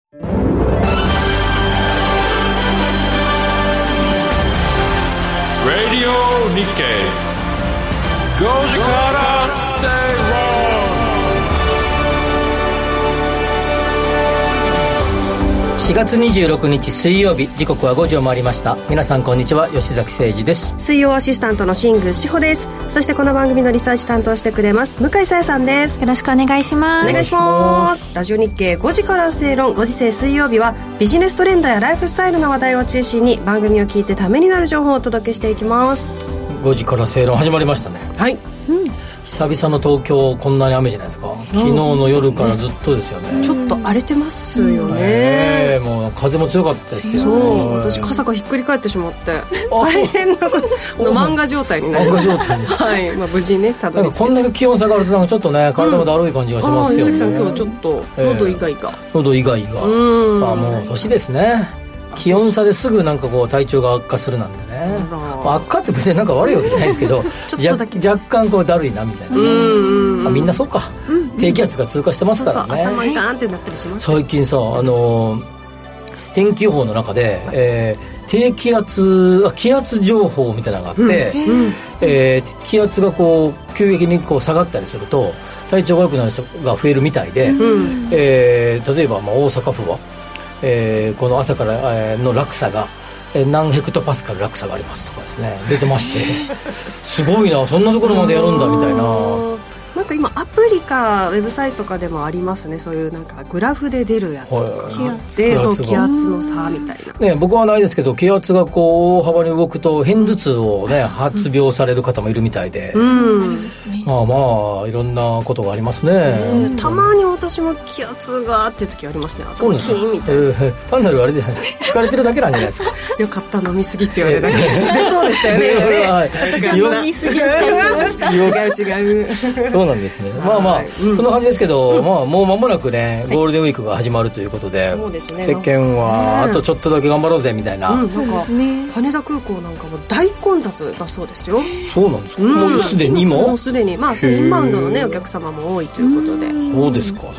Radio Nikkei 5時から正論。 4月26日水曜日、時刻は5時を回りました。皆さんこんにちは、吉崎誠二です。 水曜アシスタントの新宮志保です。そしてこの番組のリサーチ担当してくれます向井沙耶さんです。 よろしくお願いします。 お願いします。ラジオ日経5時から正論、ご時世水曜日はビジネストレンドやライフスタイルの話題を中心に番組を聞いてためになる情報をお届けしていきます。 5時から正論始まりましたね。 はい、 久々の東京、こんなに雨じゃないですか。昨日の夜からずっとですよね。 ちょっと荒れてますよね。 もう風も強かったですよね。 そう、私傘がひっくり返ってしまって大変な漫画状態になりました。漫画状態ですはい、無事ねたどり着いて。 こんだけ気温下がるとなんかちょっとね、体もだるい感じがしますよね。 吉崎さん、今日はちょっと喉以外が、 喉以外がもう年ですね。気温差ですぐなんかこう体調が悪化するなんでね。悪化って別になんか悪いわけじゃないですけどちょっとだけ若干こうだるいなみたいなね。みんなそうか、低気圧が通過してますからね。 そうそう、頭にガーンってなったりします。 最近さ、天気予報の中で、気圧情報みたいなのがあって、気圧がこう急激にこう下がったりすると体調が悪くなる人が増えるみたいで、例えば大阪府はこの朝からの落差が何ヘクトパスカル落差がありますとかですね、出てましてすごいな、そんなところまでやるんだみたいな。 なんか今アプリかウェブサイトかでもありますね、そういうなんかグラフで出るやつとかで、そう気圧の差みたいな、 僕はないですけど、気圧がこう大幅に動くと片頭痛をね発病される方もいるみたいで、まあいろんなことがありますね。 たまに私も気圧がっていう時ありますね。頭キーンみたいな。 単なるあれじゃない、疲れてるだけなんじゃないですか。 よかった、飲みすぎって言われたけどそうでしたよね。 私は飲みすぎを期待してました。 違うそうなんですね。まあそんな感じですけど、もう間もなくねゴールデンウィークが始まるということで、世間はあとちょっとだけ頑張ろうぜみたいな。 そうですね。羽田空港なんかも大混雑だそうですよ。 そうなんですか。もうすでにもうすでに、インバウンドのねお客様も多いということで。 そうですか。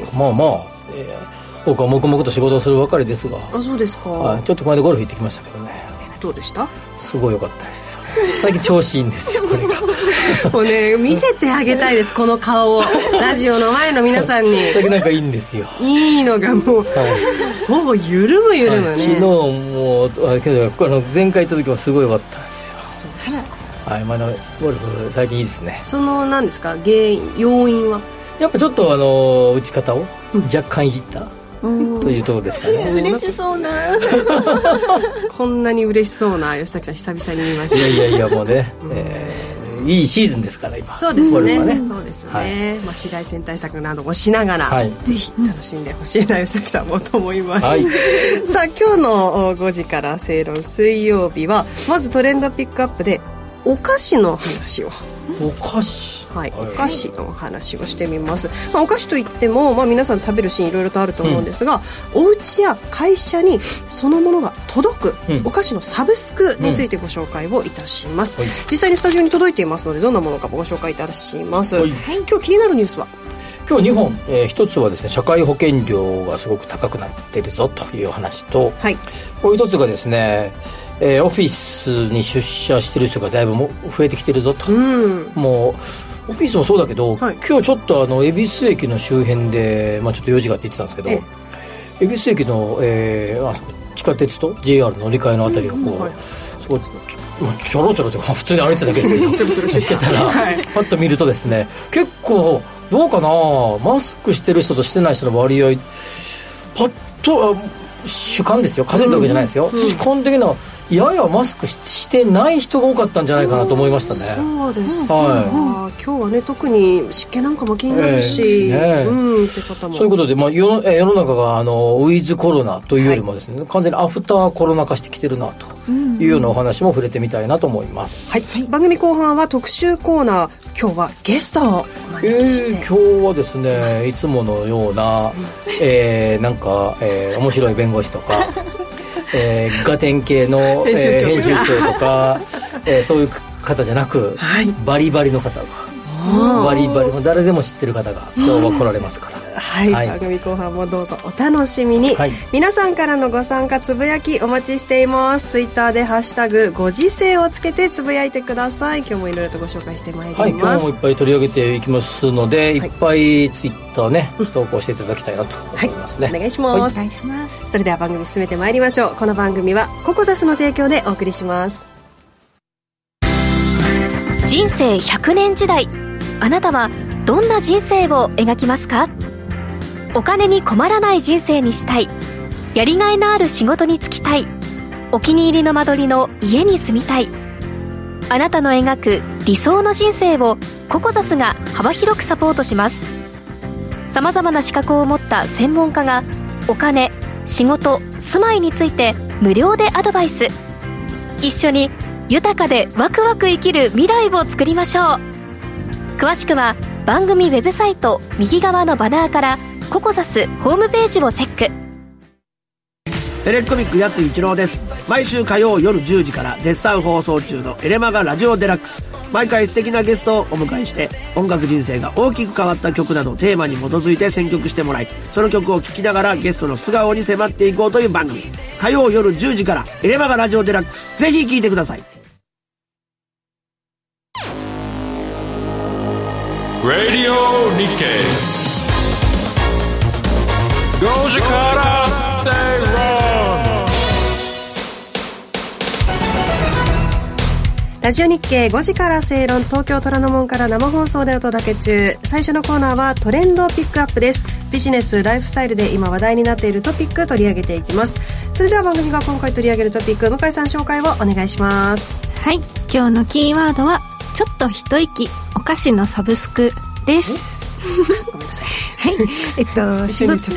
僕は黙々と仕事をするばかりですが。 あ、そうですか。 ちょっとこの間ゴルフ行ってきましたけどね。 どうでした？ すごい良かったですよ。最近調子いいんですよこれがもうね、見せてあげたいです、この顔をラジオの前の皆さんに。 最近なんかいいんですよ。 いいのがもう、もう緩むね、 昨日も前回行った時もすごい良かったんですよ。 そうですか。 はい、まだゴルフ最近いいですね。 何ですか、要因はやっぱちょっと打ち方を若干いじったというところですかね。 嬉しそうなこんなに嬉しそうな吉崎さん久々に見ました。 いやもうね、いいシーズンですから今。 そうですね、そうですね、紫外線対策などをしながら、ぜひ楽しんでほしいな吉崎さんもと思います、さあ今日の5時から正論水曜日はまずトレンドピックアップでお菓子の話を。 お菓子、 お菓子の話をしてみます、お菓子といっても、皆さん食べるシーンいろいろとあると思うんですが、お家や会社にそのものが届く、お菓子のサブスクについてご紹介をいたします、実際にスタジオに届いていますのでどんなものかご紹介いたします、今日気になるニュースは今日2本、一つはですね、社会保険料がすごく高くなっているぞという話と、もう一つがですね、オフィスに出社している人がだいぶも増えてきてるぞと、もうオフィスもそうだけど、今日ちょっと恵比寿駅の周辺で、ちょっと用事があって言ってたんですけど、恵比寿駅の、地下鉄と JR 乗り換えのあたりをこう、そこちょろちょろと普通に歩いてただけですけどしてたら、パッと見るとですね、結構どうかな、マスクしてる人としてない人の割合パッと主観ですよ、数えたわけじゃないですよ、主観的なややマスクしてない人が多かったんじゃないかなと思いましたね。 そうですか、今日はね特に湿気なんかも気になるし、って方もそういうことで、世の中がウィズコロナというよりもですね、完全にアフターコロナ化してきてるなというようなお話も触れてみたいなと思います、 番組後半は特集コーナー、今日はゲストをお招きして今日はですね、いつものような、なんか、面白い弁護士とかガテン系の編集長とかそういう方じゃなく、バリバリの方がバリバリも誰でも知ってる方が今日は来られますから、 はい、番組後半もどうぞお楽しみに、皆さんからのご参加つぶやきお待ちしています。ツイッターでハッシュタグご時世をつけてつぶやいてください。今日もいろいろとご紹介してまいります。 今日もいっぱい取り上げていきますので、いっぱいツイッターね、投稿していただきたいなと思いますね。 お願いします。それでは番組進めてまいりましょう。この番組はココザスの提供でお送りします。 人生100年時代、あなたはどんな人生を描きますか？お金に困らない人生にしたい、やりがいのある仕事に就きたい、お気に入りの間取りの家に住みたい。あなたの描く理想の人生をココザスが幅広くサポートします。さまざまな資格を持った専門家がお金、仕事、住まいについて無料でアドバイス。一緒に豊かでワクワク生きる未来を作りましょう。詳しくは番組ウェブサイト右側のバナーからココザスホームページをチェック。 テレコミックやつ一郎です。毎週火曜夜10時から絶賛放送中のエレマガラジオデラックス。毎回素敵なゲストをお迎えして音楽人生が大きく変わった曲などテーマに基づいて選曲してもらい、その曲を聴きながらゲストの素顔に迫っていこうという番組。火曜夜10時からエレマガラジオデラックス、ぜひ聴いてください。 Radio Nikkei 5時から正論。 ラジオ日経5時から正論、東京虎ノ門から生放送でお届け中。最初のコーナーはトレンドピックアップです。ビジネス、ライフスタイルで今話題になっているトピック取り上げていきます。それでは番組が今回取り上げるトピック、向井さん紹介をお願いします。 はい、今日のキーワードはちょっと一息、お菓子のサブスクです。 ごめんなさい。 はい、仕事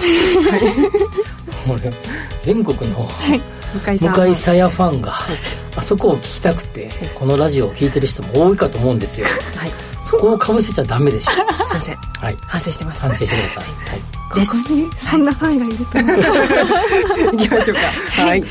全国の向井さやファンがあそこを聞きたくてこのラジオを聞いてる人も多いかと思うんですよ。はい、そこをかぶせちゃダメでしょ。 すいません、はい、反省してます。 反省してください。はい、 ここにそんなファンがいると思う。 行きましょうか。はい、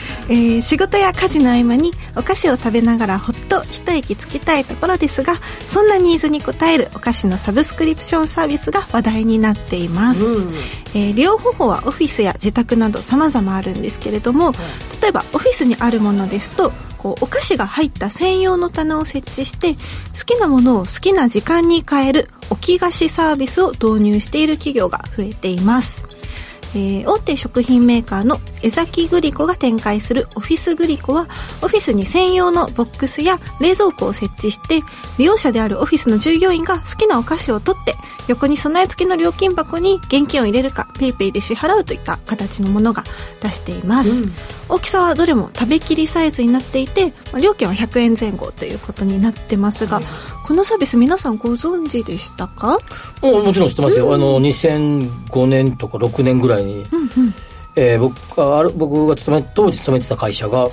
仕事や家事の合間にお菓子を食べながらほっと一息つきたいところですが、そんなニーズに応えるお菓子のサブスクリプションサービスが話題になっています。利用方法はオフィスや自宅など様々あるんですけれども、例えばオフィスにあるものですとお菓子が入った専用の棚を設置して好きなものを好きな時間に買える置き菓子サービスを導入している企業が増えています。大手食品メーカーの江崎グリコが展開するオフィスグリコはオフィスに専用のボックスや冷蔵庫を設置して利用者であるオフィスの従業員が好きなお菓子を取って横に備え付けの料金箱に現金を入れるか PayPay で支払うといった形のものが出しています。大きさはどれも食べきりサイズになっていて料金は100円前後ということになってますが、このサービス皆さんご存知でしたか？ もちろん知ってますよ。2005年とか6年ぐらいに、僕が当時勤めてた会社が、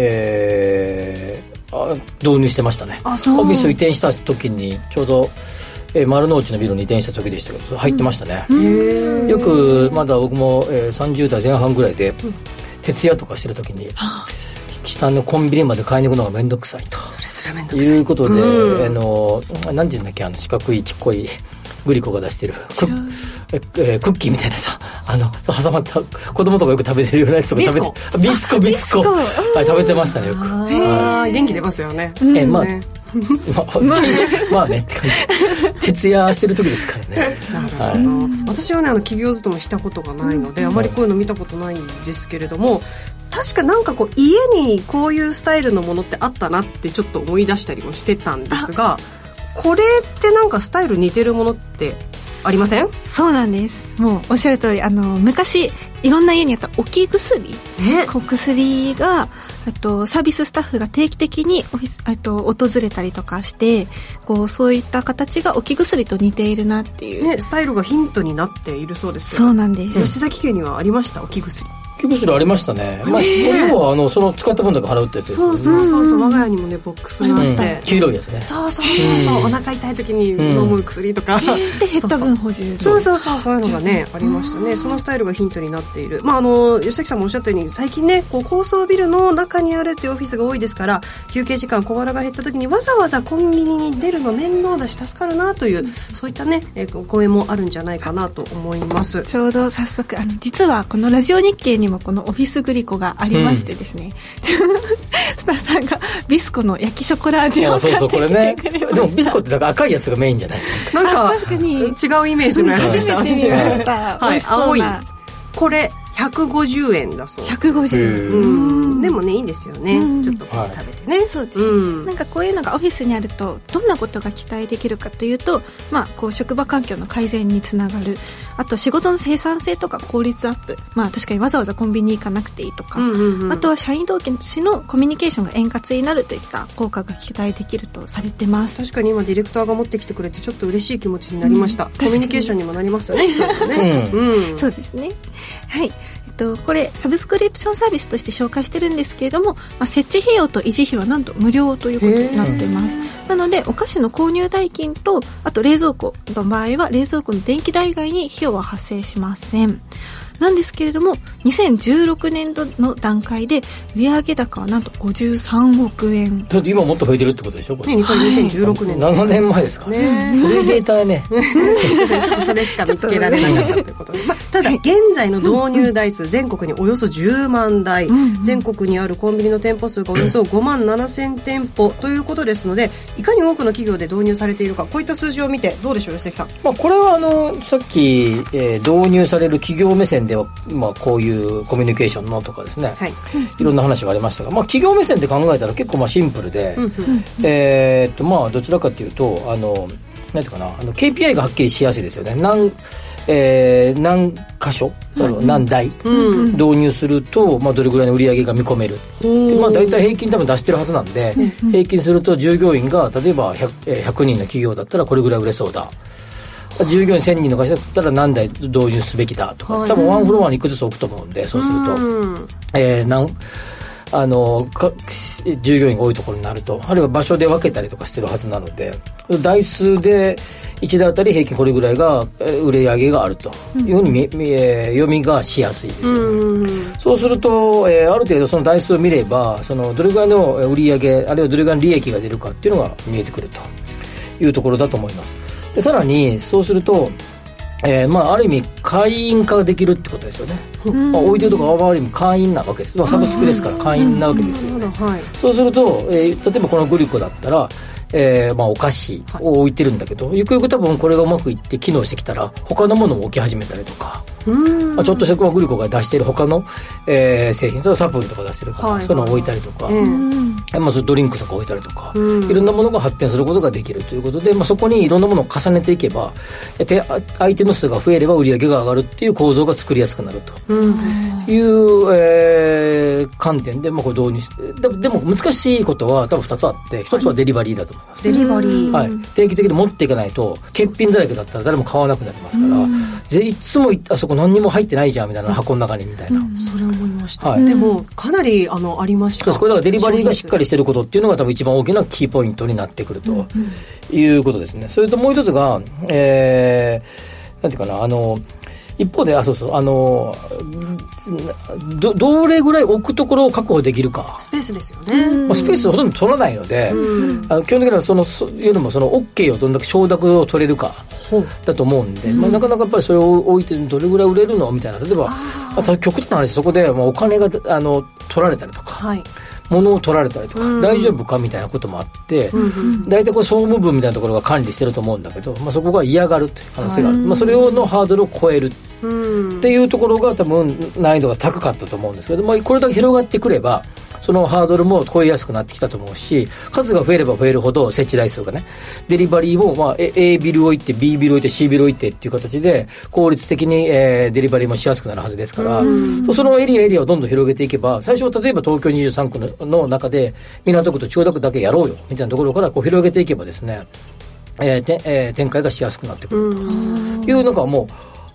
導入してましたね。オフィスを移転した時にちょうど、丸の内のビルに移転した時でしたけど入ってましたね。よくまだ僕も、30代前半ぐらいで、徹夜とかしてる時に下のコンビニまで買いに行くのがめんどくさいということで、何て言うんだっけ、四角いちっこいグリコが出してるクッキーみたいなさ、挟まった子供とかよく食べてるようなやつとか食べて、ビスコはい、食べてましたね、よく。 元気出ますよね。 まあねって感じ。徹夜してる時ですからね。 私はね企業勤めしたことがないので、あまりこういうの見たことないんですけれども、確かなんか家にこういうスタイルのものってあったなってちょっと思い出したりもしてたんですが、これってなんかスタイル似てるものってありません？ そうなんです。もうおっしゃる通り、昔いろんな家にあった置き薬、薬がサービススタッフが定期的に訪れたりとかしてそういった形が置き薬と似ているなっていう、 スタイルがヒントになっているそうですけど。 そうなんです。 吉崎家にはありました？置き薬。 薬ありましたね。まあ、要はその使った分だけ払うってやつですよね。 そう我が家にもねボックスがあって、 黄色いやつね。 そうお腹痛い時に飲む薬とか、 で減った分補充。 そういうのがねありましたね。そのスタイルがヒントになっている。まあ吉崎さんもおっしゃったように最近ねこう高層ビルの中にあるっていうオフィスが多いですから、休憩時間小腹が減った時にわざわざコンビニに出るの面倒だし助かるなという、そういったね声もあるんじゃないかなと思います。 ちょうど早速実はこのラジオ日経にもこのオフィスグリコがありましてですね、スタッフさんがビスコの焼きショコラ味を買ってきてくれました。 でもビスコってだから赤いやつがメインじゃない。 なんか確かに違うイメージのやつでした。 初めて見ました。 はい、青いこれ150円だそう。 150。 でもねいいんですよね。ちょっと食べてね。 そうですね。なんかこういうのがオフィスにあるとどんなことが期待できるかというと、まあこう職場環境の改善につながる。あと仕事の生産性とか効率アップ。まあ確かにわざわざコンビニ行かなくていいとか。あとは社員同士のコミュニケーションが円滑になるといった効果が期待できるとされてます。 確かに今ディレクターが持ってきてくれてちょっと嬉しい気持ちになりました。コミュニケーションにもなりますよね。 そうですね。はい。これサブスクリプションサービスとして紹介してるんですけれども、設置費用と維持費はなんと無料ということになっています。なのでお菓子の購入代金とあと冷蔵庫の場合は冷蔵庫の電気代以外に費用は発生しません。なんですけれども2016年度の段階で売上高はなんと53億円。 だって今もっと増えてるってことでしょこれ。 ね、2016年 7年前ですかね。そういうデータね。 ちょっとそれしか見つけられなかったということで、ただ現在の導入台数全国におよそ10万台、全国にあるコンビニの店舗数がおよそ5万7000店舗ということですので、いかに多くの企業で導入されているか、こういった数字を見てどうでしょう吉崎さん。 これはさっき、導入される企業目線では、こういうコミュニケーションのとかですね、いろんな話がありましたが、企業目線で考えたら結構シンプルで、どちらかというとなんていうかなKPI がはっきりしやすいですよね。何箇所何台、導入すると、どれぐらいの売り上げが見込めるで、大体平均多分出してるはずなんで、平均すると従業員が例えば 100人の企業だったらこれぐらい売れそうだ、従業員1000人の会社だったら何台導入すべきだとか、多分ワンフロアにいくつつ置くと思うんで、そうすると、従業員が多いところになると、あるいは場所で分けたりとかしてるはずなので、台数で1台あたり平均これぐらいが売り上げがあるというふうに読みがしやすいですよね。そうすると、ある程度その台数を見れば、どれぐらいの売り上げあるいはどれぐらいの利益が出るかっていうのが見えてくるというところだと思います。でさらにそうすると、ある意味会員化ができるってことですよね。置いてるところはある意味会員なわけです。サブスクですから会員なわけですよね。そうすると、例えばこのグリコだったら、お菓子を置いてるんだけど、ゆくゆく多分これがうまくいって機能してきたら他のものも置き始めたりとか、ちょっとしたグリコが出している他の、製品、サプリとか出してるから、そういうのを置いたりとか、そうドリンクとか置いたりとか、いろんなものが発展することができるということで、そこにいろんなものを重ねていけば、アイテム数が増えれば売り上げが上がるっていう構造が作りやすくなるという、観点で、これ導入して、でも難しいことは多分2つあって、1つはデリバリーだと思います。 デリバリー、定期的に持っていかないと欠品だらけだったら誰も買わなくなりますから、いつもあそこ何にも入ってないじゃんみたいな、箱の中にみたいな、 それ思いました。でもかなりありました。 これだからデリバリーがしっかりしてることっていうのが多分一番大きなキーポイントになってくるということですね。それともう一つが、なんていうかな、一方でどれぐらい置くところを確保できるか、 スペースですよね。 スペースをほとんど取らないので、基本的にはよりもOK をどんだけ承諾を取れるかだと思うんで、なかなかやっぱりそれを置いてどれぐらい売れるのみたいな、例えば極端な話、そこでお金が取られたりとか、物を取られたりとか、大丈夫かみたいなこともあって、大体これ総務部みたいなところが管理してると思うんだけど、そこが嫌がるという可能性がある、それのハードルを超えるっていうところが多分難易度が高かったと思うんですけど、これだけ広がってくればそのハードルも超えやすくなってきたと思うし、数が増えれば増えるほど設置台数がね、デリバリーもA ビル置いて B ビル置いて C ビル置いてっていう形で効率的に、デリバリーもしやすくなるはずですから、そのエリアをどんどん広げていけば、最初は例えば東京23区の中で港区と千代田区だけやろうよみたいなところからこう広げていけばですね、展開がしやすくなってくるというのがも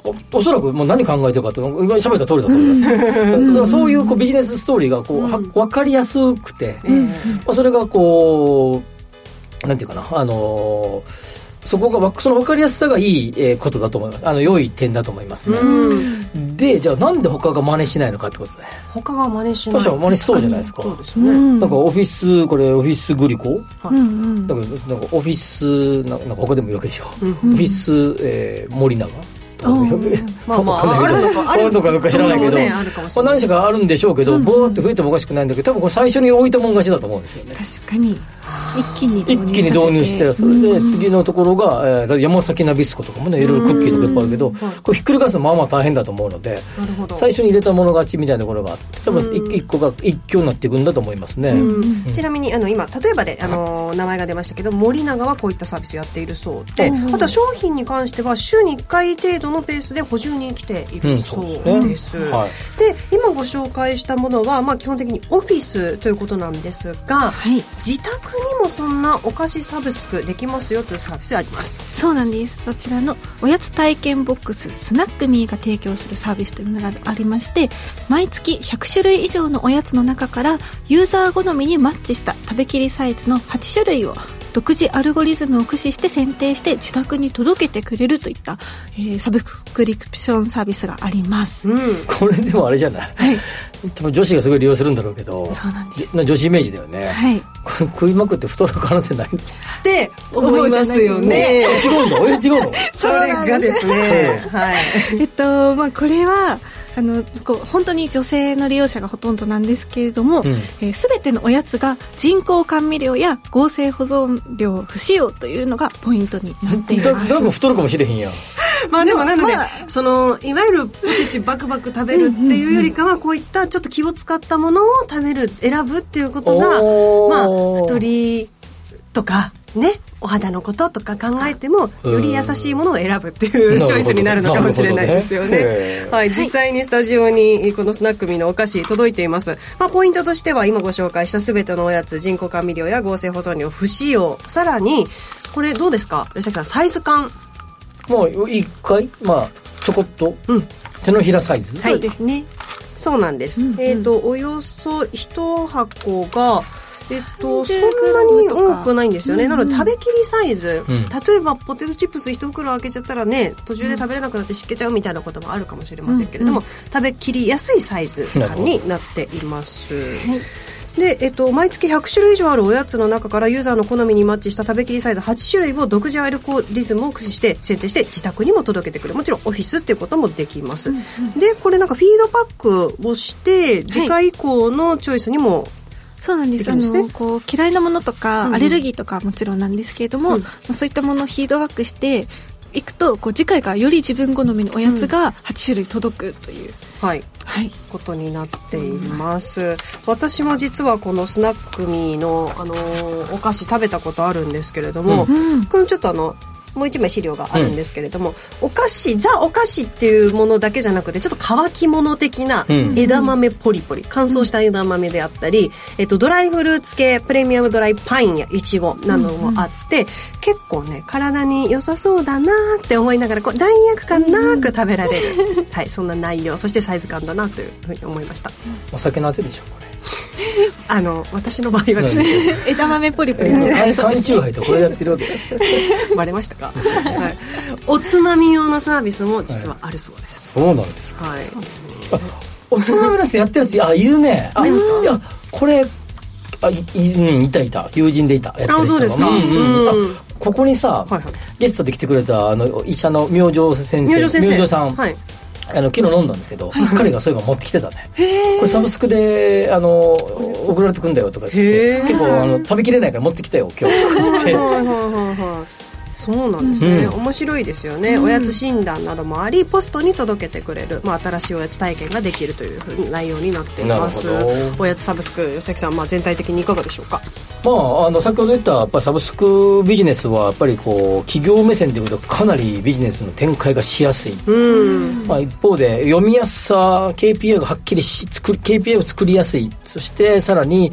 おそらくもう何考えてるかと今喋った通りだと思いますだからそういうビジネスストーリーが分かりやすくて、それがなんていうかなそこがその分かりやすさがいいことだと思います。良い点だと思いますね。でじゃあなんで他が真似しないのかってことね。 他が真似しない。 確かに真似しそうじゃないですか。 そうですね。 なんかオフィスグリコ、だからなんかオフィスなんか他でもいいわけでしょ。オフィス、森永あるのかどうか知らないけど、何しかあるんでしょうけど、ボーって増えてもおかしくないんだけど、多分これ最初に置いたもん勝ちだと思うんですよね。 確かに一気に導入して、それで次のところが、山崎ナビスコとかもね、いろいろクッキーとかいっぱいあるけど、これひっくり返すのまあまあ大変だと思うので、最初に入れたもの勝ちみたいなところがあって、多分一個が一挙になっていくんだと思いますね。 ちなみに今例えばで名前が出ましたけど、森永はこういったサービスやっているそうで、あとは商品に関しては週に1回程度のペースで補充に来ているそうです。で今ご紹介したものは、基本的にオフィスということなんですが、自宅にもそんなお菓子サブスクできますよというサービスがあります。 そうなんです。こちらのおやつ体験ボックススナックミーが提供するサービスというのがありまして、毎月100種類以上のおやつの中からユーザー好みにマッチした食べきりサイズの8種類を独自アルゴリズムを駆使して選定して自宅に届けてくれるといった、サブスクリプションサービスがあります。 これでもあれじゃない、多分女子がすごい利用するんだろうけど、 そうなんです。 女子イメージだよね。これ食いまくって太る可能性ないって思いますよね。 違うんだ。違うの。 それがですね、 これは本当に女性の利用者がほとんどなんですけれども、全てのおやつが人工甘味料や合成保存料不使用というのがポイントになっています。 だいぶ太るかもしれへんやん。 でもなので、いわゆるポテチバクバク食べるっていうよりかは、こういったちょっと気を使ったものを選ぶっていうことが、太りとかね、お肌のこととか考えてもより優しいものを選ぶっていうチョイスになるのかもしれないですよね。実際にスタジオにこのスナックミーのお菓子届いています。ポイントとしては今ご紹介した全てのおやつ人工甘味料や合成保存料不使用、さらにこれどうですか吉崎さん、サイズ感もう1回ちょこっと、手のひらサイズ、 そうですね。 そうなんです。およそ1箱がそんなに多くないんですよね。なので食べきりサイズ、例えばポテトチップス1袋開けちゃったらね、途中で食べれなくなって湿気ちゃうみたいなこともあるかもしれませんけれども、食べきりやすいサイズ感になっています。で、毎月100種類以上あるおやつの中からユーザーの好みにマッチした食べきりサイズ8種類を独自アルゴリズムを駆使して選定して自宅にも届けてくる。もちろんオフィスっていうこともできます。で、これなんかフィードバックをして次回以降のチョイスにも、 そうなんです。嫌いなものとか、アレルギーとかはもちろんなんですけれども、そういったものをフィードバックしていくと、次回からより自分好みのおやつが8種類届くという、 ことになっています。私も実はこのスナックミーの、お菓子食べたことあるんですけれども、これちょっともう一枚資料があるんですけれども、お菓子っていうものだけじゃなくて、ちょっと乾き物的な枝豆ポリポリ、乾燥した枝豆であったり、ドライフルーツ系プレミアムドライパインやイチゴなどもあって、結構ね体に良さそうだなって思いながら罪悪感なく食べられるそんな内容、そしてサイズ感だなというふうに思いました。 お酒の味でしょこれ。 私の場合はですね、 枝豆ポリポリ缶チューハイとこれやってるわけバレましたかおつまみ用のサービスも実はあるそうです。 そうなんですか。おつまみのやつやってるやついるね。 ありますか。 いやこれいた友人でいたやってる人が。 そうですか。 ここにさ、ゲストで来てくれた医者の明星先生、明星さん、昨日飲んだんですけど、彼がそういえば持ってきてたね。これサブスクで送られてくんだよとか言って結構食べきれないから持ってきたよ今日とか言ってそうなんですね、面白いですよね。おやつ診断などもあり、ポストに届けてくれる、新しいおやつ体験ができるというふうに内容になっています。おやつサブスク、吉崎さん、全体的にいかがでしょうか。 先ほど言ったやっぱサブスクビジネスはやっぱり企業目線でいうとかなりビジネスの展開がしやすい。一方で読みやすさ、KPI がはっきりKPI を作りやすい。そしてさらに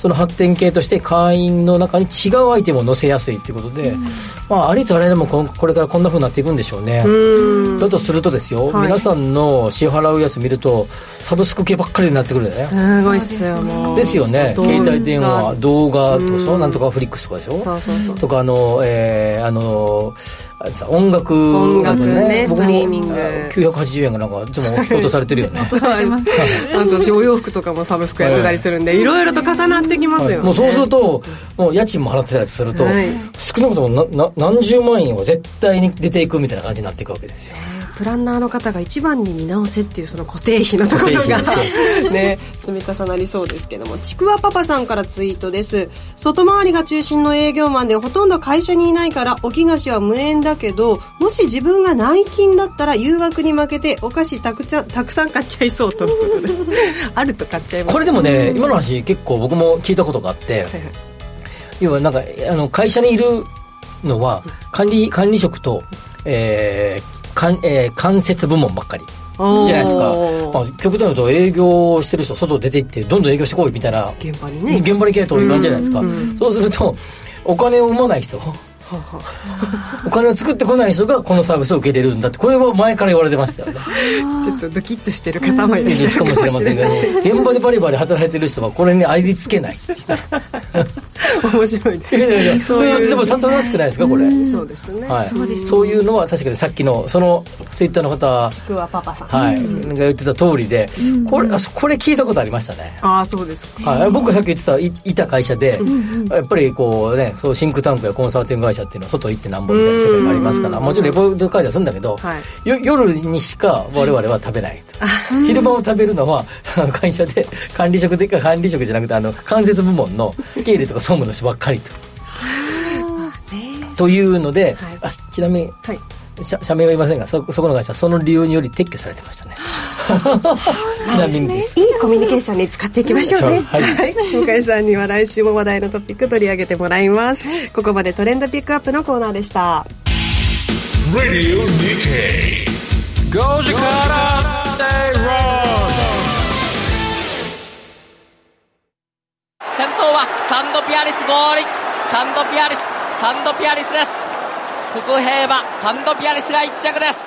その発展系として会員の中に違うアイテムを載せやすいということで、ありとあらゆるもこれからこんな風になっていくんでしょうね。だとするとですよ、皆さんの支払うやつ見るとサブスク系ばっかりになってくるね。 すごいっすよもうですよね。携帯電話、動画とかなんとかフリックスとかでしょ。そうとか音楽ね、 ストリーミング 980円がなんかいつも落とされてるよね。 私お洋服とかもサブスクやってたりするんで、いろいろと重なってきますよね。 もうそうするともう家賃も払ってたりすると、少なくとも何十万円は絶対に出ていくみたいな感じになっていくわけですよ。 プランナーの方が一番に見直せっていうその固定費のところがね、積み重なりそうですけども、ちくわパパさんからツイートです。外回りが中心の営業マンでほとんど会社にいないから置き菓子は無縁だけど、もし自分が内勤だったら誘惑に負けてお菓子たくさん買っちゃいそうとのことですあると買っちゃいます。 これでもね、今の話結構僕も聞いたことがあって、要はなんか会社にいるのは管理職と、間接部門ばっかりじゃないですか。極端に言うと営業してる人外出て行ってどんどん営業してこいみたいな現場に行けという感じじゃないですか。そうするとお金を生まない人お金を作ってこない人がこのサービスを受け入れるんだって、これは前から言われてましたよね。 ちょっとドキッとしてる方もいらっしゃるかもしれませんけど、現場でバリバリ働いてる人はこれにありつけないっていう面白いですね。 そういうでも正しくないですかこれ。 そうですね、 そういうのは確かにさっきのそのツイッターの方ちくわパパさん、 が言ってた通りで、これ聞いたことありましたね。 そうですか。 僕がさっき言ってたいた会社で、やっぱりこうね、そうシンクタンクやコンサルティング会社っていうのは外行ってなんぼみたいな世界がありますから、もちろんレポート会社するんだけど、夜にしか我々は食べないと。昼間を食べるのは会社で管理職じゃなくて間接部門の経理とか総務の人ばっかりというので、ちなみに、社名は言いませんが、そこの会社はその理由により撤去されてましたね。ちなみにです。 いいコミュニケーションに使っていきましょうね。向井さんには来週も話題のトピック取り上げてもらいます。ここまでトレンドピックアップのコーナーでした。 Radio Nikkei 5時から Stay Wrong。 先頭はサンドピアリス合輪、サンドピアリスです。福平はサンドピアリスが1着です。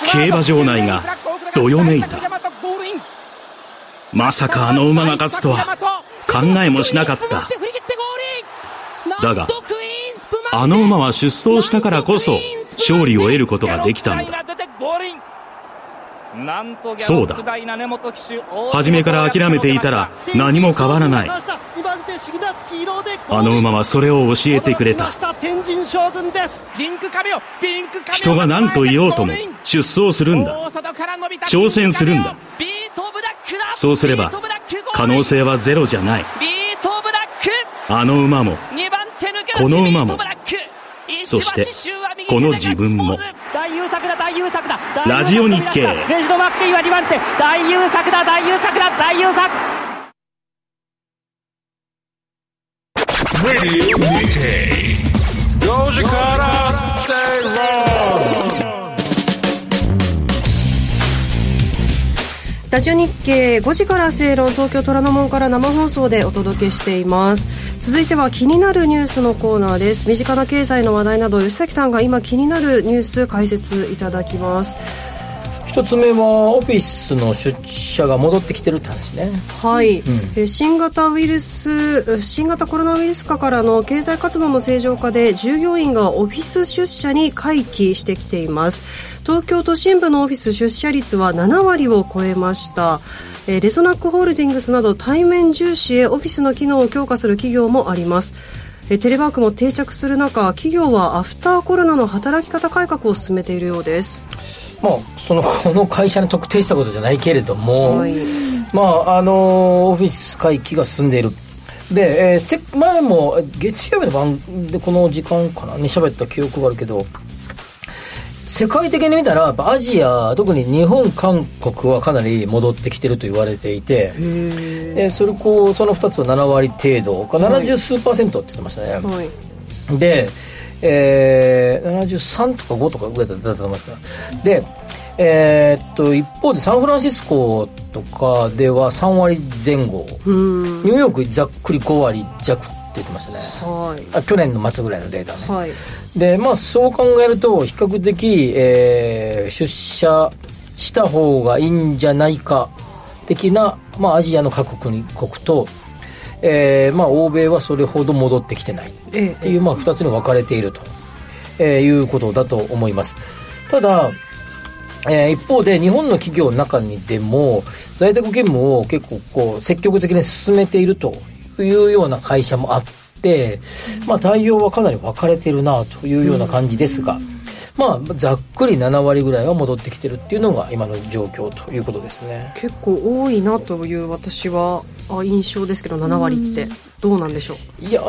競馬場内がどよめいた。まさか馬が勝つとは考えもしなかった。だが馬は出走したからこそ勝利を得ることができたのだ。そうだ、初めから諦めていたら何も変わらない。馬はそれを教えてくれた。人が何と言おうとも出走するんだ、挑戦するんだ。そうすれば可能性はゼロじゃない。馬もこの馬も、そしてこの自分も。ラジオ日経。レジドマッケイは2番手。大優作だ。 Radio Nikkei 5時から Stay Wrong。 ラジオ日経5時から正論、東京虎ノ門から生放送でお届けしています。続いては気になるニュースのコーナーです。身近な経済の話題など吉崎さんが今気になるニュース解説いただきます。 一つ目はオフィスの出社が戻ってきてるって話ね。 はい、新型コロナウイルス禍からの経済活動の正常化で従業員がオフィス出社に回帰してきています。東京都心部のオフィス出社率は7割を超えました。レゾナックホールディングスなど対面重視へオフィスの機能を強化する企業もあります。テレワークも定着する中、企業はアフターコロナの働き方改革を進めているようです。 この会社に特定したことじゃないけれども、オフィス回帰が進んでいる。で、前も月曜日の晩でこの時間かなに喋った記憶があるけど、世界的に見たらやっぱアジア、特に日本韓国はかなり戻ってきてると言われていて、その2つは7割程度か70数%って言ってましたね。で73とか5とかぐらいだったと思いますから。で一方でサンフランシスコとかでは3割前後、ニューヨークざっくり5割弱って言ってましたね、はい、去年の末ぐらいのデータね、はい、でそう考えると比較的、出社した方がいいんじゃないか的な、アジアの各国と、欧米はそれほど戻ってきてないっていう、2つに分かれていると、いうことだと思います。ただ一方で日本の企業の中にでも在宅勤務を結構積極的に進めているというような会社もあって、対応はかなり分かれているなというような感じですが、ざっくり7割ぐらいは戻ってきてるっていうのが今の状況ということですね。 結構多いなという私は印象ですけど、7割ってどうなんでしょう。いや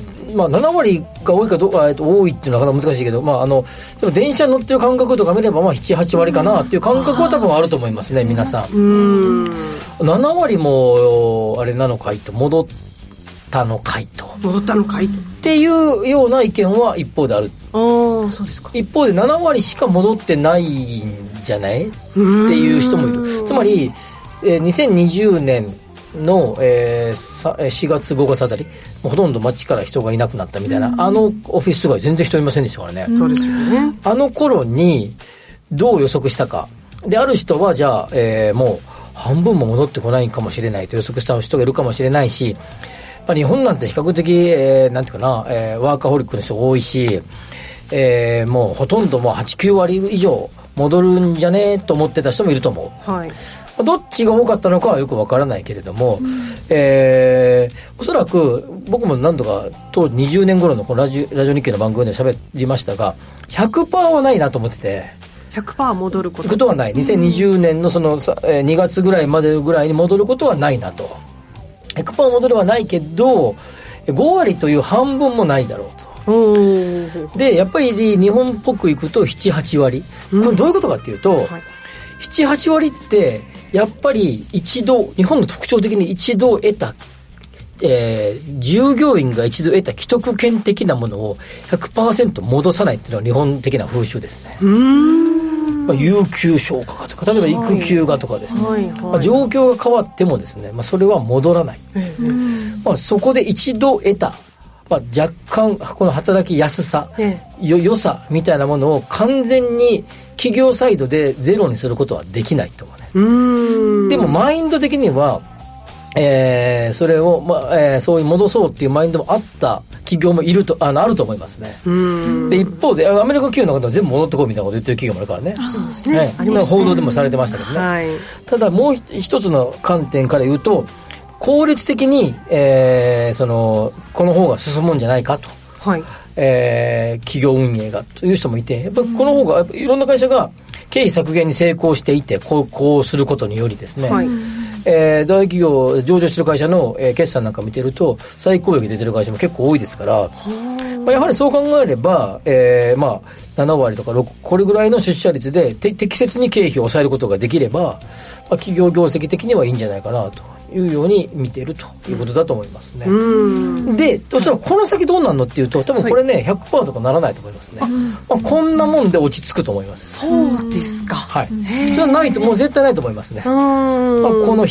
7割が多いかどうか多いっていうのはなかなか難しいけど、その電車に乗ってる感覚とか見れば7、8割かなっていう感覚は多分あると思いますね、皆さん。7割もあれなのかいと、戻ったのかいっていうような意見は一方である。 そうですか。 一方で7割しか戻ってないんじゃないっていう人もいる。つまり、2020年の、4月5月あたりほとんど街から人がいなくなったみたいな、オフィス街全然人いませんでしたからね。 そうですよね。 頃にどう予測したかで、ある人はじゃあ、もう半分も戻ってこないかもしれないと予測した人がいるかもしれないし、日本なんて比較的、なんていうかな、ワーカホリックの人多いし、もうほとんどもう8、9割以上戻るんじゃねえと思ってた人もいると思う。はい。どっちが多かったのかはよくわからないけれども、おそらく僕も何度か当時20年頃のこのラジオ日経の番組で喋りましたが、100% はないなと思ってて。 100% 戻ることはない。2020年のその2月ぐらいまでぐらいに戻ることはないなと。100% 戻るはないけど、5割という半分もないだろうと。でやっぱり日本っぽくいくと 7,8 割、これどういうことかっていうと、7、8割ってやっぱり日本の特徴的に一度得た、従業員が一度得た既得権的なものを 100% 戻さないっていうのは日本的な風習ですね。有給消化とか例えば育休がとかですね、状況が変わってもですね、それは戻らない、そこで一度得た、若干この働きやすさ、良さみたいなものを完全に企業サイドでゼロにすることはできないと思うね。でもマインド的には、それを、そういう戻そうっていうマインドもあった企業もあると思いますね。で一方でアメリカ企業の方は全部戻ってこいみたいなこと言ってる企業もあるからね。 そうですね。 報道でもされてましたけどね。ただもう一つの観点から言うと、効率的に、この方が進むんじゃないかと、企業運営がという人もいて、やっぱりこの方がいろんな会社が経費削減に成功していて、こうすることによりですね、大企業上場してる会社の、決算なんか見てると最高益出てる会社も結構多いですから、やはりそう考えれば、7割とかこれぐらいの出社率で適切に経費を抑えることができれば、企業業績的にはいいんじゃないかなというように見ているということだと思いますね。で、おそらくこの先どうなるのっていうと、多分これね、100% とかならないと思いますね。こんなもんで落ち着くと思います。 そうですか。 はい。それはないと、もう絶対ないと思いますね。この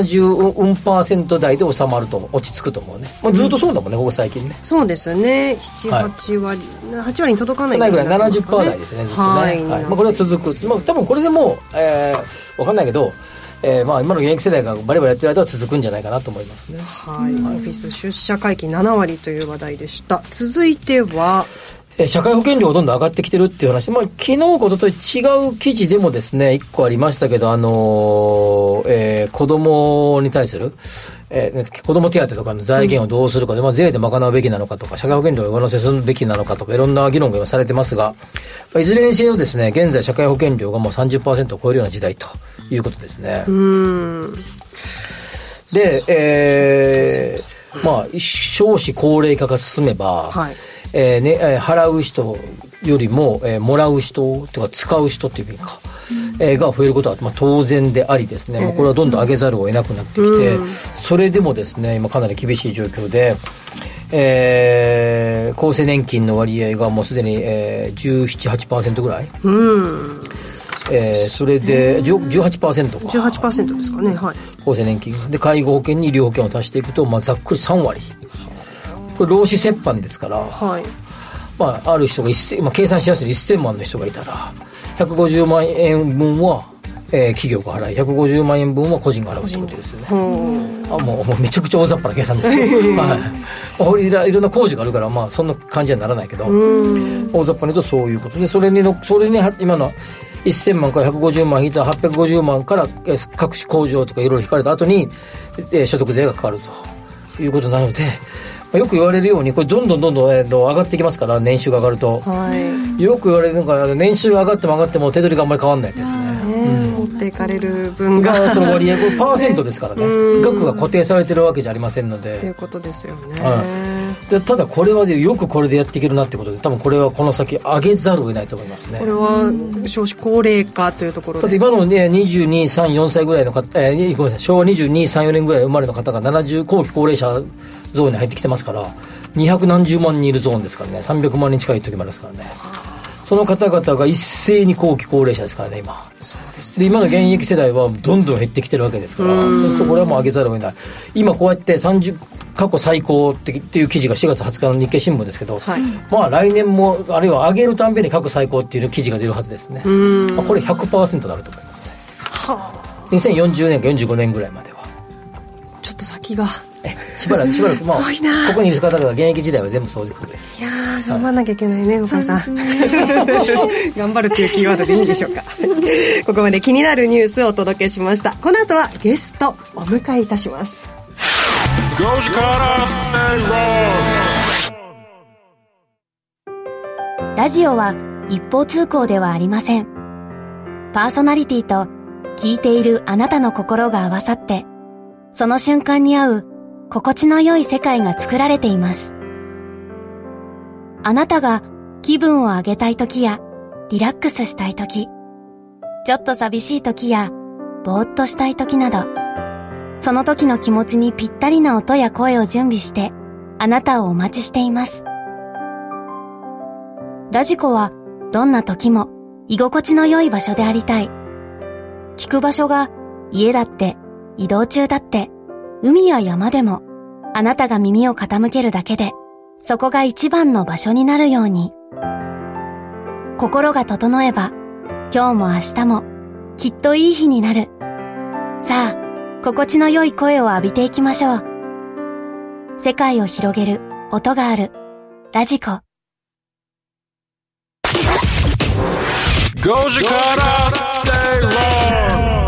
70% 台で収まると、落ち着くと思うね。ずっとそうだもんね、ここ最近ね。 そうですね。7、8割、8割に届かないぐらい 70% 台ですね、ずっとね。これは続く。多分これでもう、わかんないけど、今の現役世代がバリバリやってる間は続くんじゃないかなと思いますね。 オフィス出社回帰7割という話題でした。続いては、 社会保険料がどんどん上がってきてるっていう話、昨日ことと違う記事でもですね、1個ありましたけど、子供に対する、子供手当とかの財源をどうするかで、税で賄うべきなのかとか、社会保険料を上乗せするべきなのかとか、いろんな議論が今されてますが、いずれにせよですね、現在社会保険料がもう 30% を超えるような時代ということですね。で、少子高齢化が進めば、払う人よりも、もらう人とか使う人っていう意味か、が増えることは、当然でありですね、これはどんどん上げざるを得なくなってきて、それでもですね、今かなり厳しい状況で、厚生年金の割合がもうすでに、17、8% ぐらい、 それで 18% か 18% ですかね、はい、 厚生年金で介護保険に医療保険を足していくと、ざっくり3割、これ労使折半ですから、はい、ある人が計算しやすい1000万の人がいたら150万円分は、企業が払い150万円分は個人が払うということですよね。もうめちゃくちゃ大雑把な計算ですよ、はい、いろんな工事があるから、そんな感じにはならないけど、大雑把に言うとそういうことで、それに今の1000万から150万引いた850万から各種工場とかいろいろ引かれた後に、所得税がかかるということなので、よく言われるようにこれどんどん上がってきますから、年収が上がると、よく言われるのが年収が上がっても手取りがあんまり変わらないですね。 持っていかれる分がその割合パーセントですからね額が固定されてるわけじゃありませんのでということですよね、 でただこれはよくこれでやっていけるなってことで、多分これはこの先上げざるを得ないと思いますね。 これは少子高齢化というところで、 だって今のね22、3、4歳ぐらいの方、ごめんなさい、昭和22、3、4年ぐらい生まれの方が70後期高齢者ゾーンに入ってきてますから、200何十万人いるゾーンですからね、300万人近い時もありますからね。その方々が一斉に後期高齢者ですからね、今。そうですね。で今の現役世代はどんどん減ってきてるわけですから、そうするとこれはもう上げざるを得ない。今こうやって過去最高っていう記事が4月20日の日経新聞ですけど、来年もあるいは上げるたんびに過去最高っていう記事が出るはずですね。これ 100% になると思いますね。2040年か45年ぐらいまでは。 ちょっと先が。 しばらくここにいる方々現役時代は全部そういうことです。 いやー頑張んなきゃいけないね、お母さん、頑張るっていうキーワードでいいんでしょうかここまで気になるニュースをお届けしました。この後はゲストお迎えいたします。 ラジオは一方通行ではありません。パーソナリティと聞いているあなたの心が合わさって、その瞬間に合う心地の良い世界が作られています。あなたが気分を上げたい時やリラックスしたい時、ちょっと寂しい時やぼーっとしたい時など、その時の気持ちにぴったりな音や声を準備してあなたをお待ちしています。ラジコはどんな時も居心地の良い場所でありたい。聞く場所が家だって移動中だって海や山でも、あなたが耳を傾けるだけでそこが一番の場所になるように。心が整えば今日も明日もきっといい日になる。さあ心地の良い声を浴びていきましょう。世界を広げる音があるラジコ。 5時から正論。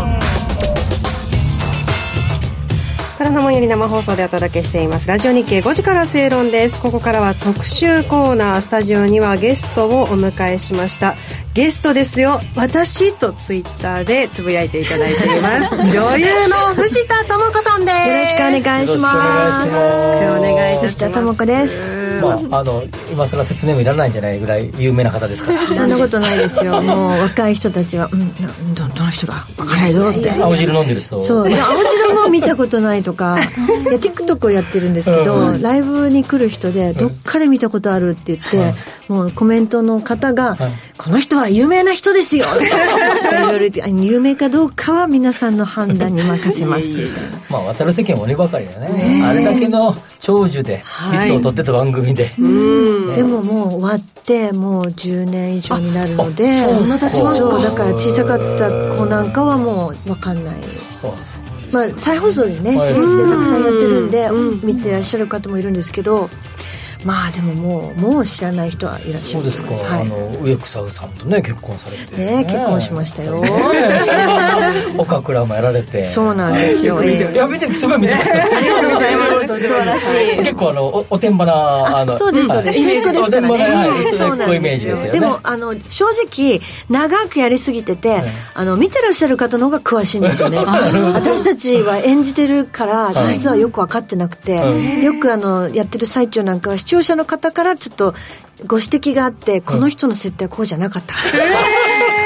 からのもより生放送でお届けしていますラジオ日経5時から正論です。ここからは特集コーナー。スタジオにはゲストをお迎えしました。ゲストですよ私とツイッターでつぶやいていただいています女優の藤田智子さんです。 よろしくお願いします。 よろしくお願いいたします。 藤田智子です。 今更説明もいらないんじゃないぐらい有名な方ですからそんなことないですよ。もう若い人たちはどの人だ分かんないぞって青汁飲んでる人。 そう青汁も見たことないとかいや TikTok をやってるんですけど、ライブに来る人でどっかで見たことあるって言って、もうコメントの方が、この人は有名な人ですよっていろいろ有名かどうかは皆さんの判断に任せますみたいな渡る世間鬼ばかりだね。あれだけの長寿で率を取ってた番組で、 でももう終わってもう10年以上になるので、 そんな経ちますか。 だから小さかった子なんかはもう分かんない。再放送でねシリーズでたくさんやってるんで、見てらっしゃる方もいるんですけど、でももう知らない人はいらっしゃる。 そうですか。植草さんとね結婚されてね、結婚しましたよ。 岡倉もやられて。 そうなんですよ。 いや見てすごい見てました。 ありがとうございます。素晴らしい。 結構おてんばなそうですそうです。生徒ですからね。 そういうイメージですよね。 でも正直長くやりすぎてて、見てらっしゃる方の方が詳しいんですよね。私たちは演じてるから実はよく分かってなくて、よくやってる最中なんかは視聴者の方からちょっとご指摘があって、この人の設定はこうじゃなかった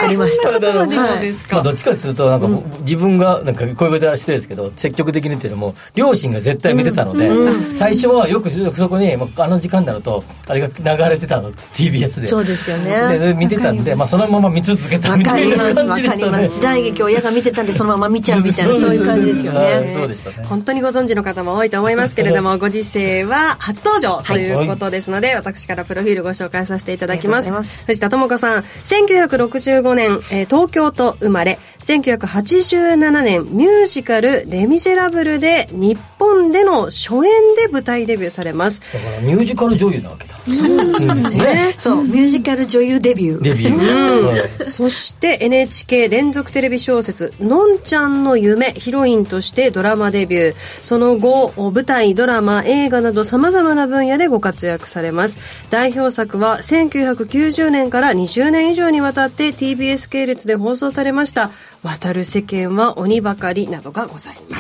ありました。 そうですか。 どっちかっていうとなんか自分がなんかこういうことはしてるんですけど、積極的にっていうのも両親が絶対見てたので、最初はよくそこにあの時間になるとあれが流れてたのって TBS で。 そうですよね。 で見てたんで、そのまま見続けたみたいな感じでしたね。 時代劇を親が見てたんでそのまま見ちゃうみたいなそういう感じですよね。 そうでしたね。 本当にご存知の方も多いと思いますけれども、ご時世は初登場ということですので、私からプロフィールご紹介させていただきます。藤田智子さん、1965年、東京都生まれ、1987年ミュージカルレ・ミゼラブルで日本での初演で舞台デビューされます。 だからミュージカル女優なわけだ。 そうですね。そう、ミュージカル女優デビュー。そして NHK 連続テレビ小説のんちゃんの夢ヒロインとしてドラマデビュー。その後舞台、ドラマ、映画などさまざまな分野でご活躍されます。代表作は1990年から20年以上にわたって TBS 系列で放送されました渡る世間は鬼ばかりなどがございます。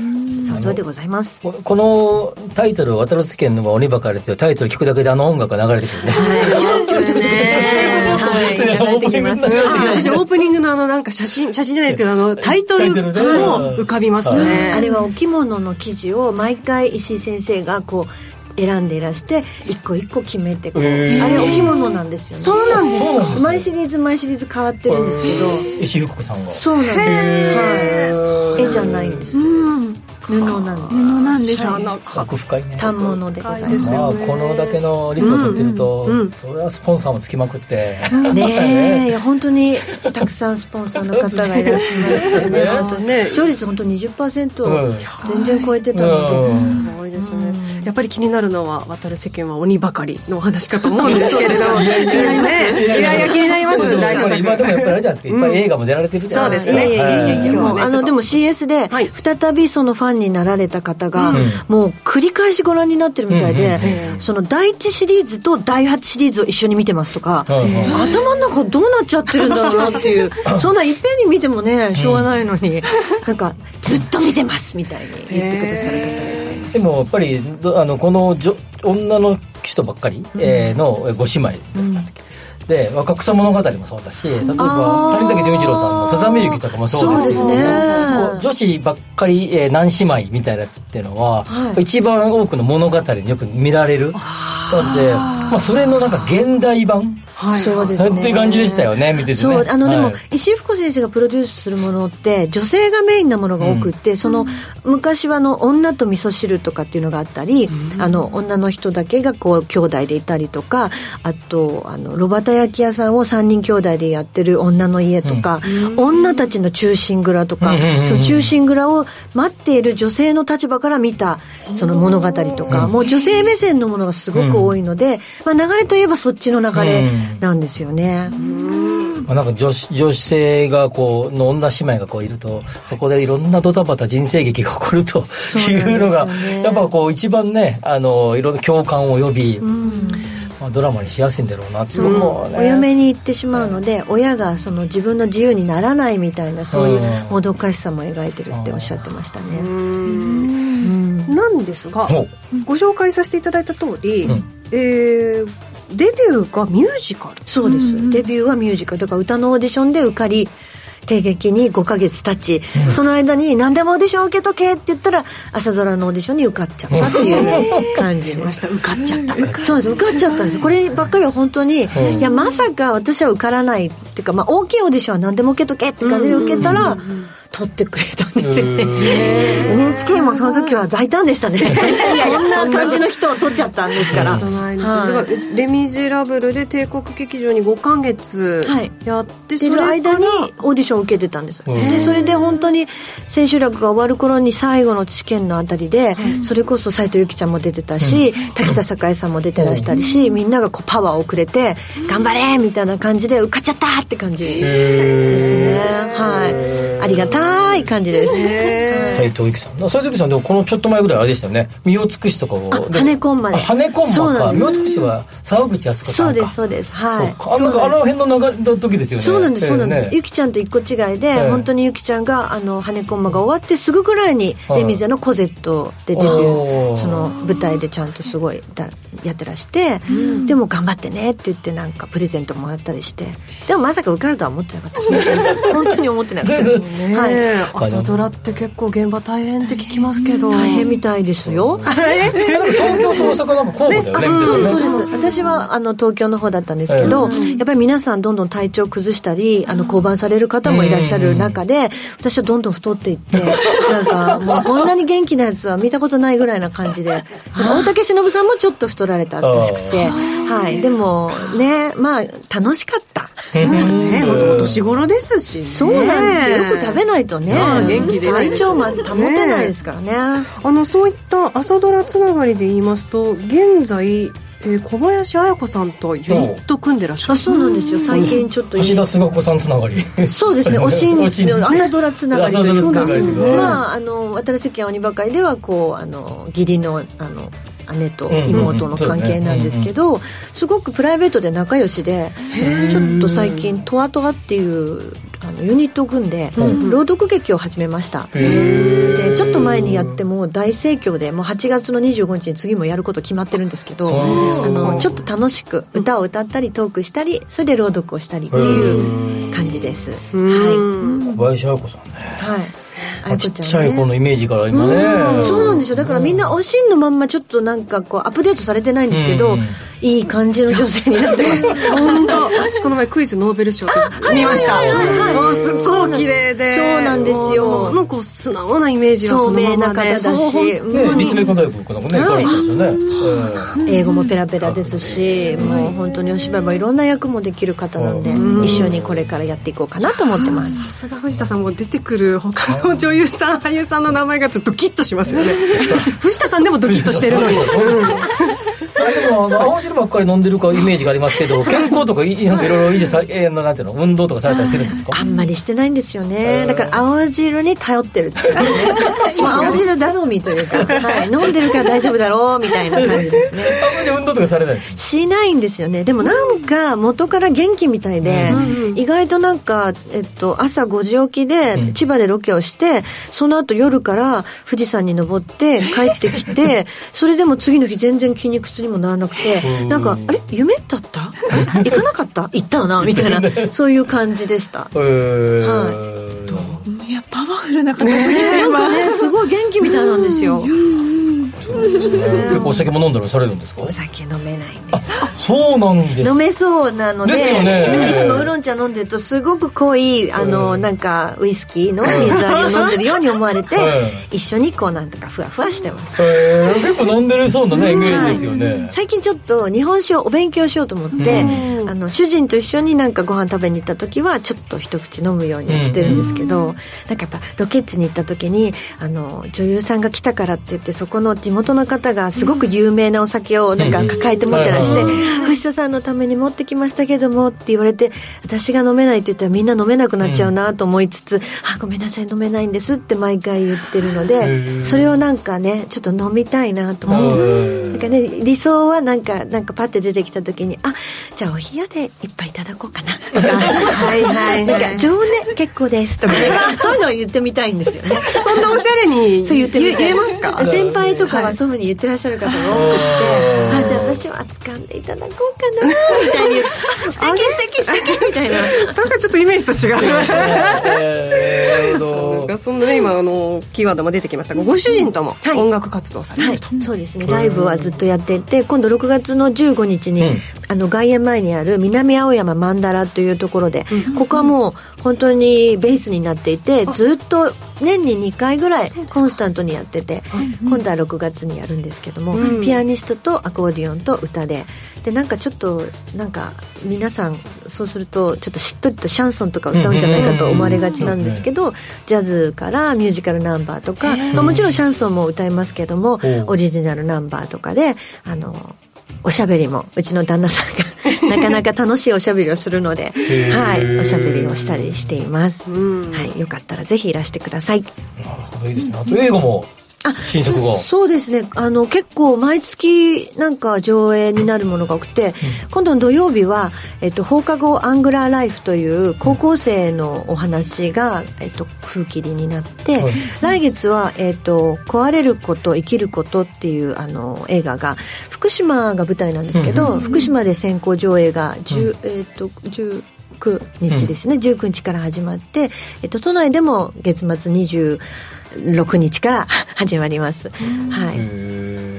その通りでございます。 このタイトル渡る世間は鬼ばかりというタイトル聞くだけで音楽が流れてくるね。 流れてきます。私オープニングのなんか写真じゃないですけどタイトルも浮かびますね。 あれはお着物の生地を毎回石井先生がこう選んでいらして一個一個決めてあれお着物なんですよね。 そうなんですか。 毎シリーズ変わってるんですけど、 石井福子さんがそうなんです。絵じゃないんです。布なんです奥深いね。 反物でございます。 このだけの率を取ってると、それはスポンサーもつきまくってねえ、いや本当にたくさんスポンサーの方がいらっしゃいましたね。視聴率本当 20% 全然超えてたので、 すごいですね。やっぱり気になるのは渡る世間は鬼ばかりのお話かと思うんですけれども、気になりますね。いや気になります。 今でもやっぱりあれじゃないですか、いっぱい映画も出られてるじゃないですか。 そうですね。 でも CS で再びそのファンになられた方がもう繰り返しご覧になってるみたいで、その第1シリーズと第8シリーズを一緒に見てますとか、頭の中どうなっちゃってるんだろうなっていうそんないっぺんに見てもねしょうがないのに、なんかずっと見てますみたいに言ってくださる方がいます。 でもやっぱりこの女の人ばっかりのご姉妹で若草物語もそうだし、例えば谷崎潤一郎さんのさざめゆきとかもそうですよね。女子ばっかり男姉妹みたいなやつっていうのは、一番多くの物語によく見られるので、それのなんか現代版そうですね。 っていう感じでしたよね、見ててね。 そう、でも石井福子先生がプロデュースするものって女性がメインなものが多くって、その昔は女と味噌汁とかっていうのがあったり、女の人だけがこう兄弟でいたりとか、あと炉端焼き屋さんを3人兄弟でやってる女の家とか、女たちの忠臣蔵とか、その忠臣蔵を待っている女性の立場から見たその物語とか、もう女性目線のものがすごく多いので、流れといえばそっちの流れなんですよね。 なんか女性がの女姉妹がいると、そこでいろんなドタバタ人生劇が起こるというのがやっぱ一番ね、いろんな共感を呼び、ドラマにしやすいんだろうなって、 お嫁に行ってしまうので、親がその自分の自由にならないみたいな、そういうもどかしさも描いてるっておっしゃってましたね。 なんですが、ご紹介させていただいた通り、デビューがミュージカル。 そうです、デビューはミュージカルだから、歌のオーディションで受かり、帝劇に5ヶ月経ち、その間に何でもオーディション受けとけって言ったら朝ドラのオーディションに受かっちゃったっていう感じでました。受かっちゃった。 そうです、受かっちゃったんです。こればっかりは本当に、いやまさか私は受からないっていうか、大きいオーディションは何でも受けとけって感じで受けたら取ってくれたんですよね。NHK もその時は大胆でしたね。こんな感じの人を取っちゃったんですから。だからレ・ミゼラブルで帝国劇場に5ヶ月やって、 その間にオーディションを受けてたんです。でそれで本当に千秋楽が終わる頃に最後の試験のあたりで、それこそ斉藤由貴ちゃんも出てたし、滝田栄さんも出てらしたりし、みんながパワーをくれて頑張れみたいな感じで受かっちゃったって感じですね。 ありがたい感じです。 斉藤由貴さんでもこのちょっと前ぐらいあれでしたよね、身を尽くしとかを羽コンマで羽コンマか、身を尽くしは沢口靖子さんか。 そうですはい。 あの辺の流れの時ですよね。 そうなんですゆきちゃんと一個違いで、本当にゆきちゃんが羽コンマが終わってすぐぐらいにレミゼのコゼットでデビュー、その舞台でちゃんとすごいやってらして、でも頑張ってねって言ってなんかプレゼントもらったりして、でもまさか受かるとは思ってなかったです本当に思ってなかったですね。 朝ドラって結構現場大変って聞きますけど。 大変みたいですよ。 東京と大阪なんか交互だよね。 そうです。私は東京の方だったんですけど、やっぱり皆さんどんどん体調崩したり降板される方もいらっしゃる中で、私はどんどん太っていってなんかもうこんなに元気なやつは見たことないぐらいな感じで大竹しのぶさんもちょっと太られたらしくて、でもね、まあ楽しかったお年頃ですしね。 そうなんですよ。よく食べないとね、元気で体調まで保てないですからね。 そういった朝ドラつながりで言いますと、現在小林綾子さんとユニット組んでらっしゃる。 そうなんですよ。最近ちょっと橋田壽賀子さんつながり。 そうですね。おしん朝ドラつながりというか、まあ渡る世間は鬼ばかりではこう義理の姉と妹の関係なんですけど、すごくプライベートで仲良しで、ちょっと最近トワトワっていうユニットを組んで朗読劇を始めました。でちょっと前にやっても大盛況で、もう8月の25日に次もやること決まってるんですけど、ちょっと楽しく歌を歌ったりトークしたり、それで朗読をしたりっていう感じです。 小林綾子さんね。ちっちゃい子のイメージから今ね、 そうなんですよ。だからみんなおしんのまんまちょっとなんかこうアップデートされてないんですけど、いい感じの女性になってます本当。私この前クイズノーベル賞って見ました。すっごい綺麗で。 そうなんですよ。 なんか素直なイメージは聡明な方だし、 立命館大学なんかね行かれてたんですよね。英語もペラペラですし、もう本当にお芝居もいろんな役もできる方なんで、一緒にこれからやっていこうかなと思ってます。 さすが藤田さんも出てくる他の女優さん俳優さんの名前がちょっとドキッとしますよね。藤田さんでもドキッとしてるのに。 でも青汁ばっかり飲んでるかイメージがありますけど、健康とかいろいろ維持さなんていうの、運動とかされたりしてるんですか？ あんまりしてないんですよね。だから青汁に頼ってるっていうね。青汁頼みというか、飲んでるから大丈夫だろうみたいな感じですね。 あんまり運動とかされない？ しないんですよね。でもなんか元から元気みたいで、意外となんか朝5時起きで千葉でロケをして、その後夜から富士山に登って帰ってきて、それでも次の日全然筋肉痛にもならなくて、なんかあれ夢だった？行かなかった？行ったよなみたいなそういう感じでした。 いやパワフルな方すぎて、 すごい元気みたいなんですよ。 お酒も飲んだりされるんですか？ お酒飲めないんです。 そうなんです。 飲めそうなので、 ですよね。 いつもウーロン茶飲んでるとすごく濃いなんかウイスキーの水割りを飲んでるように思われて、一緒にこうなんとかふわふわしてます。 結構飲んでるそうなねイメージですよね。 最近ちょっと日本酒をお勉強しようと思って、主人と一緒になんかご飯食べに行った時はちょっと一口飲むようにしてるんですけど、なんかやっぱロケ地に行った時に女優さんが来たからって言って、そこの地元の方がすごく有名なお酒をなんか抱えて持ってらして、藤田さんのために持ってきましたけどもって言われて、私が飲めないって言ったらみんな飲めなくなっちゃうなと思いつつ、ごめんなさい飲めないんですって毎回言ってるので、それをなんかねちょっと飲みたいなと思って、なんかね理想はなんかパッて出てきた時に、じゃあお冷やで一杯いただこうかなとかなんか常温結構ですとか、そういうのを言ってみたいんですよね。 そんなおしゃれにそう言ってみたい。 言えますか？ 先輩とかはそういうふうに言ってらっしゃる方が多くて、じゃあ私は掴んでいただこうかなみたいに素敵みたいな、 なんかちょっとイメージと違う。そうですか。そんなね今キーワードも出てきましたが、ご主人とも音楽活動されてると。 そうですね。ライブはずっとやっていて、今度6月の15日に外苑前にある南青山マンダラというところで、ここはもう本当にベースになっていて、ずっと年に2回ぐらいコンスタントにやってて、今度は6月にやるんですけども、ピアニストとアコーディオンと歌でなんかちょっとなんか皆さんそうするとちょっとしっとりとシャンソンとか歌うんじゃないかと思われがちなんですけど、ジャズからミュージカルナンバーとか、もちろんシャンソンも歌いますけども、オリジナルナンバーとかでおしゃべりもうちの旦那さんがなかなか楽しいおしゃべりをするので、はい、おしゃべりをしたりしています。はい、よかったらぜひいらしてください。 なるほど、いいですね。あと映画も新作がそうですね、結構毎月なんか上映になるものが多くて、今度の土曜日は、放課後アングラーライフという高校生のお話が、風切りになって、来月は、壊れること生きることっていう映画が福島が舞台なんですけど、福島で先行上映が19日ですね、19日から始まって、都内でも月末26日から始まります。はい。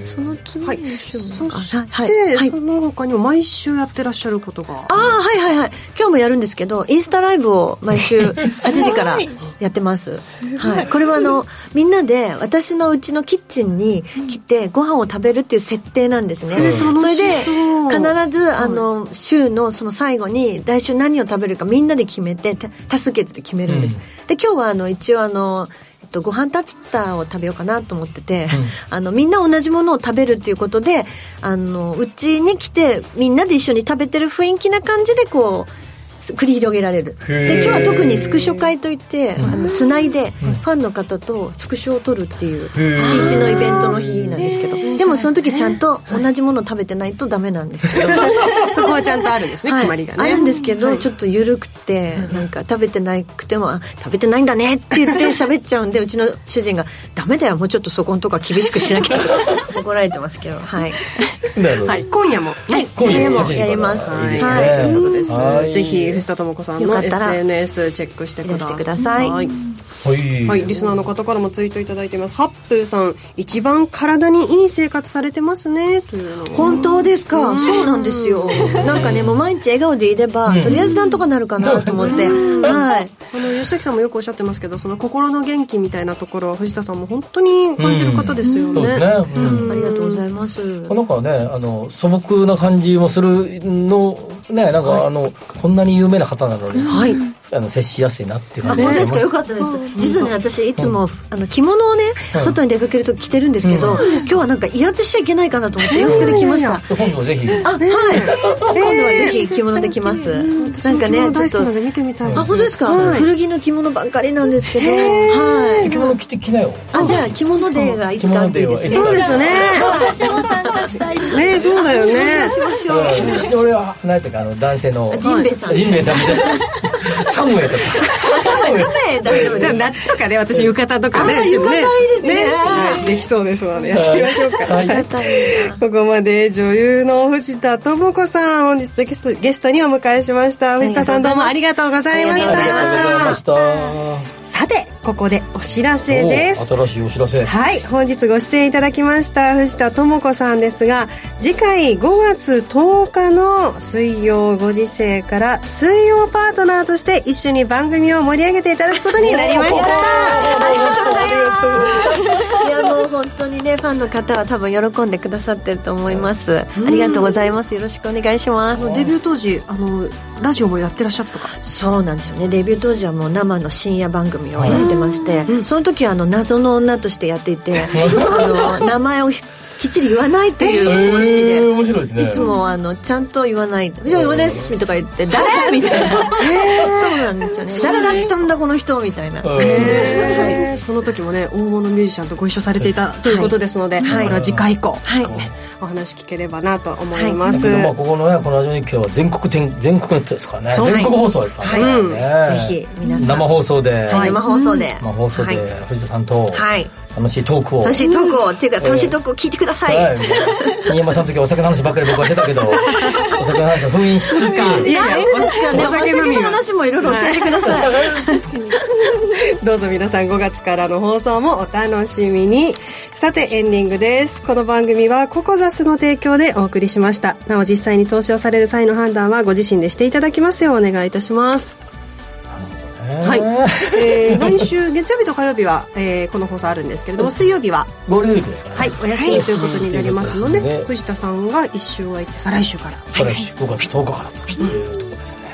その次の週そしてその他にも毎週やってらっしゃることが。 はいはいはい。今日もやるんですけど、インスタライブを毎週8時からやってます。はい。これはみんなで私のうちのキッチンに来てご飯を食べるっていう設定なんですね。それで必ず週のその最後に来週何を食べるかみんなで決めて多数決で決めるんです。で今日は一応ご飯タツタを食べようかなと思ってて、みんな同じものを食べるっていうことでうちに来てみんなで一緒に食べてる雰囲気な感じでこう繰り広げられる。で今日は特にスクショ会といってつないでファンの方とスクショを撮るっていう月1のイベントの日なんですけど、でもその時ちゃんと同じものを食べてないとダメなんですけどそこはちゃんとあるんですね、決まりがね。 あるんですけど、ちょっと緩くてなんか食べてなくても食べてないんだねって言って喋っちゃうんで、うちの主人がダメだよもうちょっとそこのとこは厳しくしなきゃ怒られてますけど、はい今夜も今夜もやります。 ということです。ぜひ藤田智子さんの SNS チェックしてください。はい、リスナーの方からもツイートいただいています。ハップーさん、一番体にいい生活されてますねというの。 本当ですか。そうなんですよ。なんかね、もう毎日笑顔でいれば、とりあえずなんとかなるかなと思って、はい。 吉崎さんもよくおっしゃってますけど、その心の元気みたいなところは藤田さんも本当に感じる方ですよね。 ありがとうございます。 なんかね、素朴な感じもするのね、なんかこんなに有名な方なのに、接しやすいなっていう感じがしました。よかったです。実はね、私いつも着物をね、外に出かけると着てるんですけど、今日はなんか威圧しちゃいけないかなと思って洋服で来ました。 今度ぜひ。 今度はぜひ着物で来ます。 なんかね、ちょっと見てみたいです。 本当ですか。古着の着物ばっかりなんですけど、 着物着てきなよ。 じゃあ着物デーがいつかあるといいですね。 そうですね。 私も参加したいですね。そうだよね。 しましょう。 俺は何ていうか男性のジンベエさんみたいな。サムエとか。 じゃあ夏とかね、私浴衣とかね、 浴衣いいですね。 できそうですのでやってみましょうか。ここまで女優の藤田智子さん、本日ゲストにお迎えしました。藤田さん、どうもありがとうございました。さて、ここでお知らせです。 新しいお知らせ。 はい、本日ご出演いただきました藤田智子さんですが、次回5月10日の水曜5時生から水曜パートナーとして一緒に番組を盛り上げていただくことになりました。ありがとうございます。 いや、もう本当にね、ファンの方は多分喜んでくださってると思います。ありがとうございます。よろしくお願いします。 デビュー当時ラジオもやってらっしゃったとか。 そうなんですよね。デビュー当時はもう生の深夜番組をやってまして、その時は謎の女としてやっていて名前をきっちり言わないっていう方式で、 面白いですね。 いつもちゃんと言わない「じゃあです」とか言って「誰?」みたいなそうなんですよね。誰だったんだこの人みたいな、 その時もね、大物ミュージシャンとご一緒されていたということですので、これは次回以降、お話聞ければなと思います。 ここのね、このラジオ日経は全国ネットですからね。全国放送ですからね。 ぜひ皆さん生放送で藤田さんと楽しいトークをっていうか楽しいトークを聞いてください。 新山さんの時はお酒の話ばっかり僕はしてたけどお酒の話を封印しつつ、 なんでですかね、お酒の話もいろいろ教えてください。 どうぞ皆さん5月からの放送もお楽しみに。さて、エンディングです。この番組はココザスの提供でお送りしました。なお、実際に投資をされる際の判断はご自身でしていただきますようお願いいたします。はい、来週月曜日と火曜日は、この放送あるんですけれども、水曜日はゴールデンウィークですからね、 お休みということになりますので、藤田さんが1週空いて再来週から 5月10日からというところですね。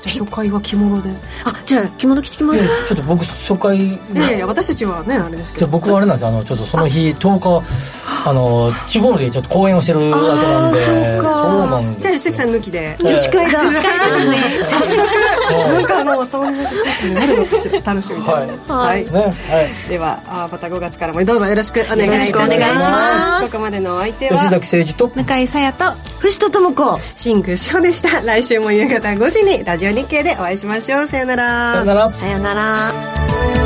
じゃあ初回は着物で。 じゃあ着物着てきます。 ちょっと僕初回いや私たちはねあれですけど、 僕はあれなんですよ、ちょっとその日10日地方でちょっと講演をしてるわけなんで。そうなんです。 じゃあ吉崎さん抜きで女子会だ。 女子会ですね。早速なんかまとまりのになるのかしら。楽しみですね。はい。ではまた5月からもどうぞよろしくお願いいたします。ここまでのお相手は吉崎誠二と向井沙耶と藤戸智子、 新宮志保でした。来週も夕方5時にラジオ日経でお会いしましょう。さよなら。 さよなら。 さよなら。